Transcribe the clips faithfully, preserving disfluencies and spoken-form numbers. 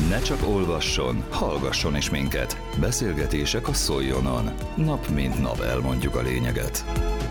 Ne csak olvasson, hallgasson is minket. Beszélgetések a Szoljonon. Nap mint nap elmondjuk a lényeget.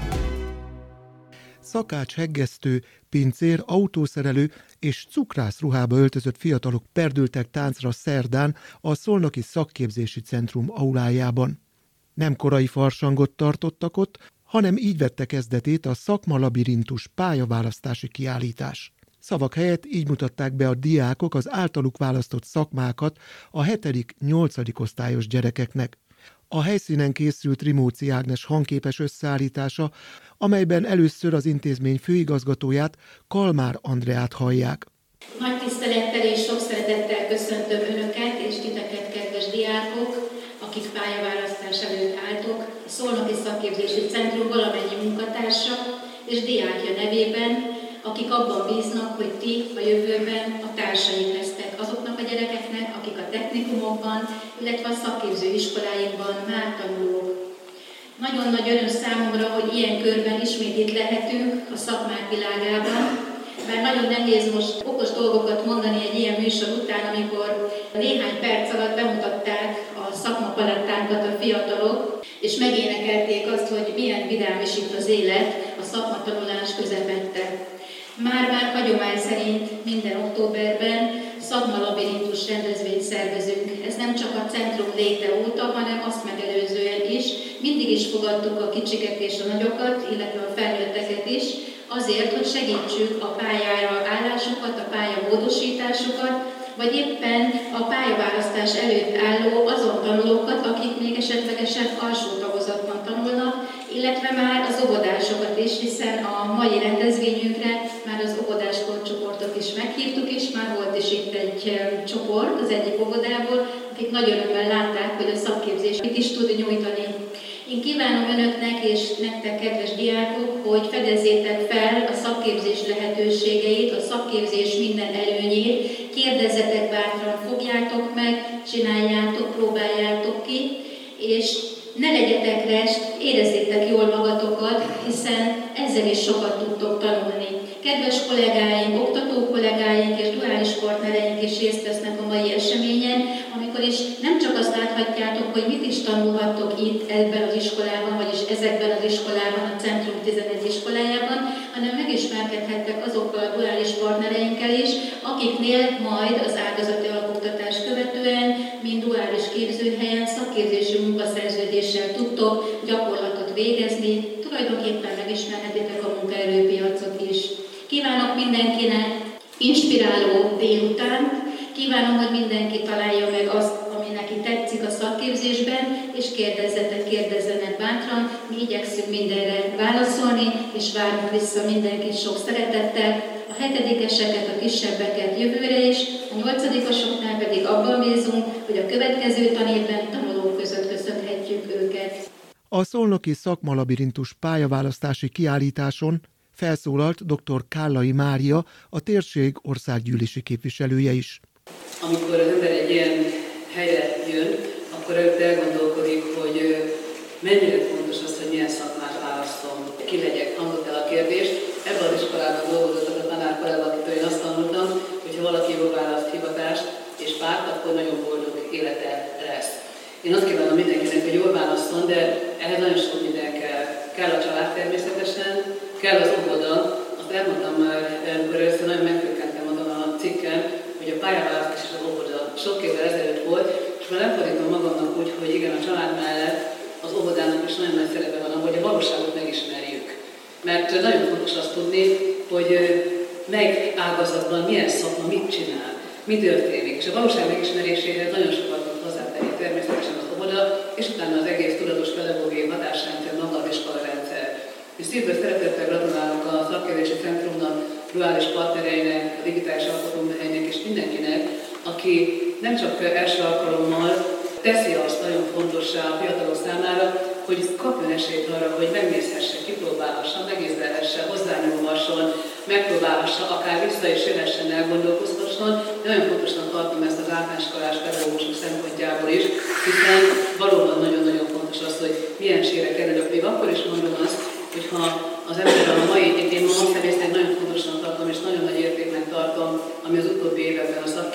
Szakács, heggesztő, pincér, autószerelő és cukrász ruhába öltözött fiatalok perdültek táncra szerdán a Szolnoki Szakképzési Centrum aulájában. Nem korai farsangot tartottak ott, hanem így vette kezdetét a szakmalabirintus pályaválasztási kiállítás. Szavak helyett így mutatták be a diákok az általuk választott szakmákat a hetedik-nyolcadik osztályos gyerekeknek. A helyszínen készült Rimóci Ágnes hangképes összeállítása, amelyben először az intézmény főigazgatóját, Kalmár Andreát hallják. Nagy tisztelettel és sok szeretettel köszöntöm Önöket és titeket, kedves diákok, akik pályaválasztás előtt álltok, a Szolnoki Szakképzési Centrum valamennyi munkatársa és diákja nevében, akik abban bíznak, hogy ti a jövőben a társaik lesztek azoknak a gyerekeknek, akik a technikumokban, illetve a szakképző iskoláinkban már tanulók. Nagyon nagy öröm számomra, hogy ilyen körben ismét itt lehetünk a szakmák világában, bár nagyon nehéz most okos dolgokat mondani egy ilyen műsor után, amikor néhány perc alatt bemutatták a szakmapalettánkat a fiatalok, és megénekelték azt, hogy milyen vidám is itt az élet a szakmatanulás közepette. Már-már hagyomány szerint minden októberben szakmalabirintus rendezvényt szervezünk. Ez nem csak a centrum léte óta, hanem azt megelőzően is. Mindig is fogadtuk a kicsiket és a nagyokat, illetve a felnőtteket is, azért, hogy segítsük a pályára állásukat, a pályamódosításukat, vagy éppen a pályaválasztás előtt álló azon tanulókat, akik még esetlegesen alsó tagozatban tanulnak, illetve már az óvodásokat is, hiszen a mai rendezvényünkre már az óvodás korcsoportot is meghívtuk, és már volt is itt egy csoport az egyik óvodából, akik nagy örömmel látták, hogy a szakképzés mit is tud nyújtani. Én kívánom Önöknek és nektek, kedves diákok, hogy fedezzétek fel a szakképzés lehetőségeit, a szakképzés minden előnyét, kérdezzetek bátran, fogjátok meg, csináljátok, próbáljátok ki, és ne legyetek rest, érezzétek jól magatokat, hiszen ezzel is sokat tudtok tanulni. Kedves kollégáink, oktató kollégáink és duális partnereink is részt vesznek a mai eseményen, amikor is nem csak azt láthatjátok, hogy mit is tanulhattok itt ebben az iskolában, vagyis ezekben az iskolában, a Centrum tizenegy iskolájában, hanem megismerkedhettek azokkal a duális partnereinkkel is, akiknél majd az ágazati alapoktatás követően, mint duális képzőhelyen, szakképzési munkaszerződéssel tudtok gyakorlatot végezni, tulajdonképpen megismerhetitek a munkaerőpiacot is. Kívánok mindenkinek inspiráló délutánt, kívánom, hogy mindenki találja meg azt, ami neki tetszik a szakképzésben, és kérdezzetek, kérdezzenek bátran, mi igyekszünk mindenre válaszolni, és várunk vissza mindenkit sok szeretettel, a hetedikeseket, a kisebbeket jövőre is, a nyolcadikosoknál pedig abban bízunk, hogy a következő tanévben tanulók között köszönhetjük őket. A Szolnoki Szakmalabirintus pályaválasztási kiállításon felszólalt dr. Kállai Mária, a térség országgyűlési képviselője is. Amikor az ember egy ilyen helyre jön, akkor előtt elgondolkodik, hogy mennyire fontos az, hogy milyen szakmát választom, ki legyek, hangzott el a kérdést. Ebben az iskolában dolgozott az a tanárkollega, akitől én azt tanultam, hogy ha valaki jól választ hivatást és párt, akkor nagyon boldog élete lesz. Én azt kívánom mindenkinek, hogy jól válasszon, de ehhez nagyon sok minden kell. Kell a család természetesen, kell az óvoda. Azt elmondtam már, amikor először nagyon megfőkkentem azon a cikken, hogy a pályaválasztás és az óvoda sok évvel ezelőtt volt, és már nem fordítom magamnak úgy, hogy igen, a család mellett az óvodának is nagyon nagy szerepe van, hogy a valóságot megismerjük. Mert nagyon fontos azt tudni, hogy mely ágazatban milyen szakma mit csinál, mi történik. És a valóság megismeréséhez nagyon sokat tud hozzátenni természetesen az óvoda, és utána az egész tudatos pedagógiai hatásrendszer, maga az iskolarendszer. És szívből szeretettel gratulálok a Szakképzési Centrumnak, duális partnereinek, a digitális alkotóműhelynek és mindenkinek, aki nem csak első alkalommal teszi azt nagyon fontossá a fiatalok számára, hogy kapjon esélyt arra, hogy megnézhesse, kipróbálhassa, megízlelhesse, hozzányúlhasson, megpróbálhassa, akár vissza is jöhessen, elgondolkozhasson. De nagyon fontosnak tartom ezt az általánosiskolás pedagógusok szempontjából is, hiszen valóban nagyon-nagyon fontos az, hogy milyen sére kerülök. Még akkor is mondom azt, hogyha az ember a mai, én magam személyesen nagyon fontosnak tartom, és nagyon nagy értéknek tartom, ami az utóbbi években a szakképzés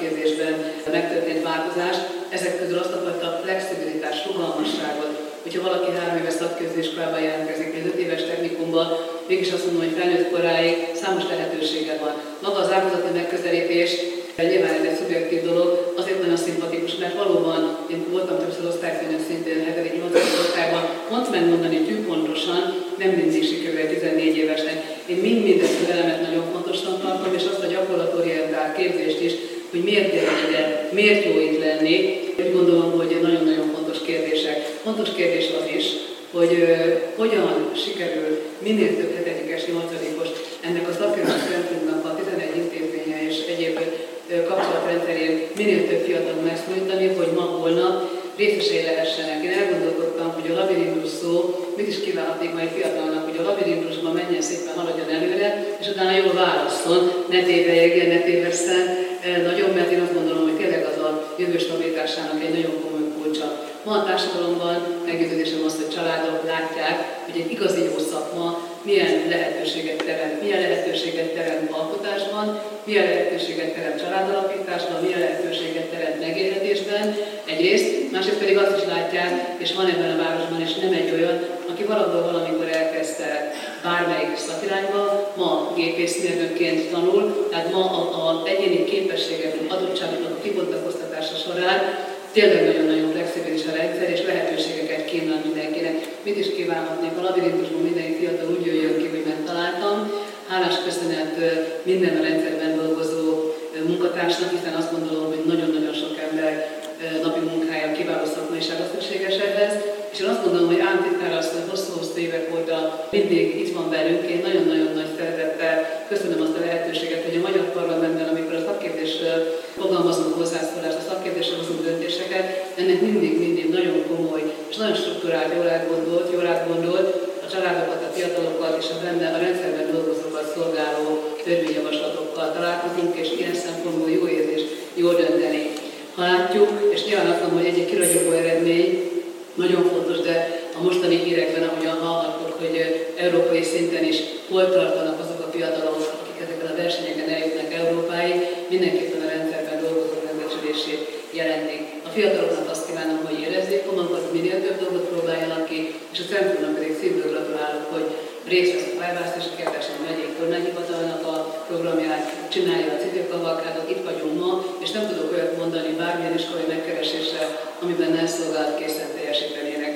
szakképzésben megtörtént változás. Ezek közül azt a fajta flexibilitás, rugalmasságot, hogyha valaki három éves szakképzésiskolában jelentkezik, vagy öt éves technikumban, mégis azt mondom, hogy felnőtt koráig számos lehetősége van. Maga az ágazati megközelítés, nyilván ez egy szubjektív dolog, azért nagyon szimpatikus, mert valóban én voltam többször osztályfőnök szintén hetedik-nyolcadik osztályban, pont megmondani tűpontosan, nem mindig sikerül egy tizennégy évesnek. Én mind-mind ezt az elemet nagyon fontosnak tartom, és azt a gyakorlatorientált képzést is, hogy miért gyere ide, miért jó itt lenni. Úgy gondolom, hogy nagyon-nagyon fontos kérdések. Fontos kérdés az is, hogy uh, hogyan sikerül minél több hetedikes, nyolcadikos ennek a szakképzési centrumnak a tizenegy intézménye és egyéb uh, kapcsolatrendszerén minél több fiatal megszólítani, hogy ma, holnap részesei lehessenek. Én elgondolkodtam, hogy a labirintus szó mit is kívánhatnék majd fiatalnak, hogy a labirintusban menjen szépen, haladjon előre, és utána jól válasszon, ne tévejegjen, ne tévesszen nagyon, mert én azt gondolom, hogy tényleg az a jövő stabilitásának egy nagyon komoly kulcsa. Ma a társadalomban meggyőződésem az, hogy családok látják, hogy egy igazi jó szakma milyen lehetőséget teremt, milyen lehetőséget teremt alkotásban, milyen lehetőséget teremt családalapításban, milyen lehetőséget teremt megélhetésben egyrészt, másrészt pedig azt is látják, és van ebben a városban is nem egy olyan, aki valahol valamikor elkezdte bármelyik szakirányba, ma gépészmérnökként tanul, tehát ma az egyéni képességek, adottságoknak a kibontakoztatása során tényleg nagyon-nagyon flexibilis a rendszer, és lehetőségeket kínál mindenkinek. Mit is kívánhatnék? A labirintusban mindenki fiatal úgy jöjjön ki, hogy megtaláltam. Hálás köszönet minden a rendszerben dolgozó munkatársnak, hiszen azt gondolom, hogy nagyon-nagyon sok ember napi munkája, kiváló szakmaiság szükséges ehhez. És én azt gondolom, hogy államtitkár asszony hosszú-hosszú évek óta mindig itt van velünk. Én nagyon-nagyon nagy szeretettel köszönöm azt a lehetőséget, hogy a Magyar Parlamentben, amikor a szakképzésről fogalmazunk hozzászólást, a szakképzésről hozunk döntéseket, ennek mindig-mindig nagyon komoly és nagyon struktúrált, jól átgondolt, jól átgondolt a családokat, a fiatalokat és a, benne, a rendszerben dolgozókat szolgáló törvényjavaslatokkal találkozunk, és ilyen szempontból jó érzés, jól dönteni. Ha látjuk, és nyilván azt mondom, hogy egy-egy kiragyogó eredmény, nagyon fontos, de a mostani hírekben, ahogyan hallhattuk, hogy európai szinten is hol tartanak azok a fiatalok, akik ezeken a versenyeken eljutnak Európáig, mindenképpen a rendszerben dolgozók megbecsülését jelentik. A fiataloknak azt kívánom, hogy érezzék magukat, minél több dolgot próbáljanak ki, és a centrumnak pedig szívből gratulálok, hogy részt vesz a pályáválasztási kérdésen, megyék kormányhivatalnak a programját, csinálja a civil kavalkádot, itt vagyunk ma, és nem tudok olyat mondani bármilyen iskolai megkeresésre, amiben nem szolgálat készen teljesítenének.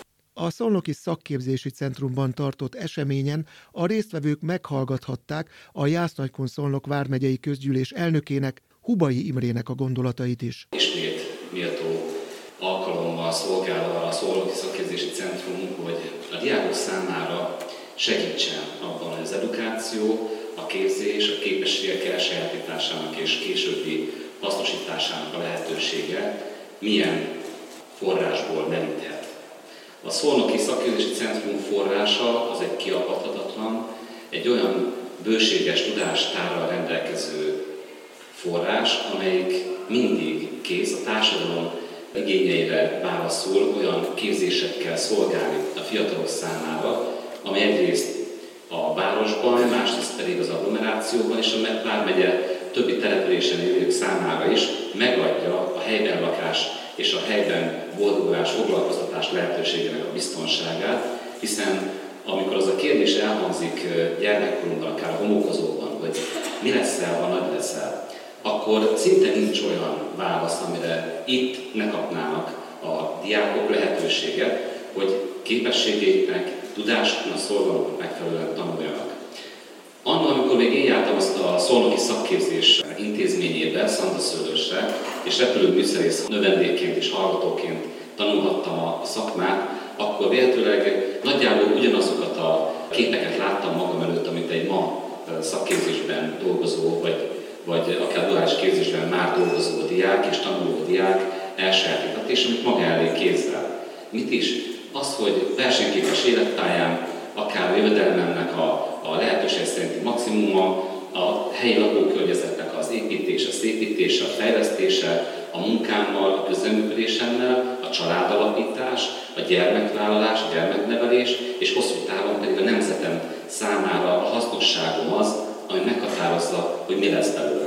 A Szolnoki Szakképzési Centrumban tartott eseményen a résztvevők meghallgathatták a Jász-Nagykun-Szolnok vármegyei közgyűlés elnökének, Hubai Imrének a gondolatait is. Ismét méltó alkalommal szolgál a Szolnoki Szakképzési Centrum, hogy a diákok számára segítsen abban, hogy az edukáció, a képzés, a képességek elsajátításának és későbbi hasznosításának a lehetősége milyen forrásból meríthet. A Szolnoki Szakképzési Centrum forrása az egy kiapadhatatlan, egy olyan bőséges tudástárral rendelkező forrás, amelyik mindig kész a társadalom igényeire válaszul olyan képzésekkel szolgálni a fiatalok számára, amely egyrészt a városban, másrészt pedig az agglomerációban és a vármegye többi településen élők számára is megadja a helyben lakás és a helyben boldogulás, foglalkoztatás lehetőségének a biztonságát, hiszen amikor az a kérdés elhangzik gyermekkorunkban, akár a homokozóban, hogy mi leszel, ha nagy leszel, akkor szinte nincs olyan válasz, amire itt ne kapnának a diákok lehetőséget, hogy képességeiknek, tudásuknak, szolgálóknak megfelelően tanuljanak. Anno, amikor még én jártam azt a Szolnoki Szakképzés intézményébe, Szandaszőlősre, és repülőműszerész növendékként és hallgatóként tanulhattam a szakmát, akkor véletőleg nagyjából ugyanazokat a képeket láttam magam előtt, amit egy ma szakképzésben dolgozó, vagy, vagy akár duális képzésben már dolgozó diák és tanuló diák elsajátított, és amit maga elé képzel. Mit is? Az, hogy versenyképes életpályán, akár a jövedelmemnek a, a lehetőség szerinti maximuma, a helyi lakókörnyezetnek az építése, szépítése, a fejlesztése, a munkámmal, a közreműködésemmel, a családalapítás, a gyermekvállalás, a gyermeknevelés, és hosszú távon pedig a nemzetem számára a hasznosságom az, ami meghatározza, hogy mi lesz belőlem.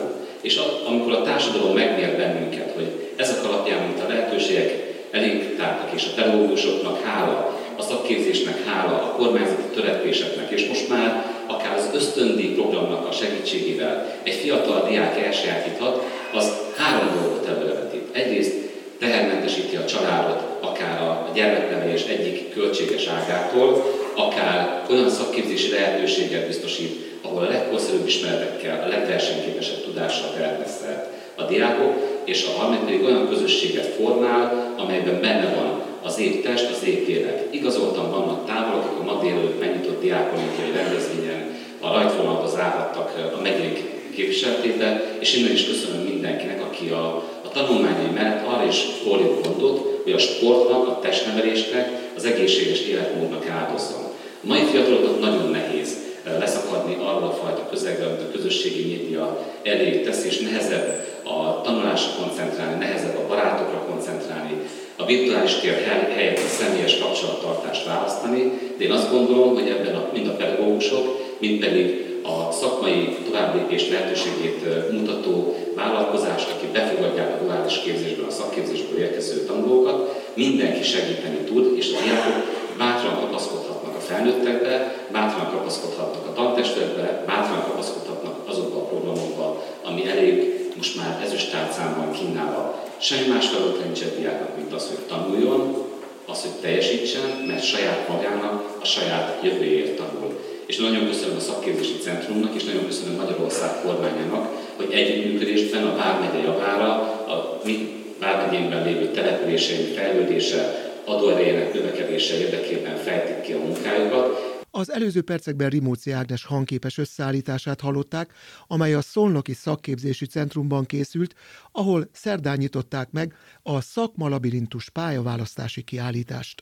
És a, amikor a társadalom megmér bennünket, hogy ezek alapján, mint a lehetőségek elég tártak, és a pedagógusoknak hála, a szakképzésnek hála, a kormányzati törekvéseknek, és most már akár az ösztöndíj programnak a segítségével egy fiatal diák elsajátíthat, az három dolgot előrevetít. Egyrészt tehermentesíti a családot, akár a gyermeknevelés egyik költséges ágától, akár olyan szakképzési lehetőséget biztosít, ahol a legkorszerűbb ismeretekkel, a legversenyképesebb tudással tehetnek szert a diákok, és a harmadik pedig olyan közösséget formál, amelyben benne van az épp test, az épp lélek. Igazoltan vannak távolak, a ma délelőtt megnyitott diákolimpiai rendezvényen a rajtvonalba zárhattak a megyénk képviseletében, és innen is köszönöm mindenkinek, aki a, a tanulmányai mellett arra is fordít gondot, hogy a sportnak, a testnevelésnek, az egészséges életmódnak áldozzon. A mai fiataloknak nagyon nehéz leszakadni arról a fajta közegről, amit a közösségi média elé tesz, és nehezebb a tanulásra koncentrálni, nehezebb a barátokra koncentrálni, a virtuális tér helyett a személyes kapcsolattartást választani, de én azt gondolom, hogy ebben a, mind a pedagógusok, mind pedig a szakmai továbblépés lehetőségét mutató vállalkozások, akik befogadják a duális képzésben, a szakképzésből érkező tanulókat, mindenki segíteni tud, és a diákok bátran kapaszkodhatnak a felnőttekbe, bátran kapaszkodhatnak a tantestületbe, bátran kapaszkodhatnak azokba a programokba, ami elég most már ezüstálcán kínálva. Semmi más feladat nincs egy diáknak, mint az, hogy tanuljon, az, hogy teljesítsen, mert saját magának, a saját jövőjéért tanul. És nagyon köszönöm a Szakképzési Centrumnak, és nagyon köszönöm Magyarország kormányának, hogy együttműködésben a vármegye javára, a mi vármegyénkben lévő településeink fejlődése, adóerejének növekedése érdekében fejtik ki a munkájukat. Az előző percekben Rimóci Ágnes hangképes összeállítását hallották, amely a Szolnoki Szakképzési Centrumban készült, ahol szerdán nyitották meg a Szakmalabirintus pályaválasztási kiállítást.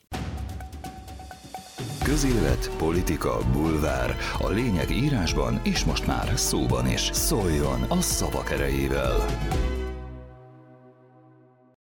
Közélet, politika, bulvár. A lényeg írásban és most már szóban is. Szóljon a szavak erejével!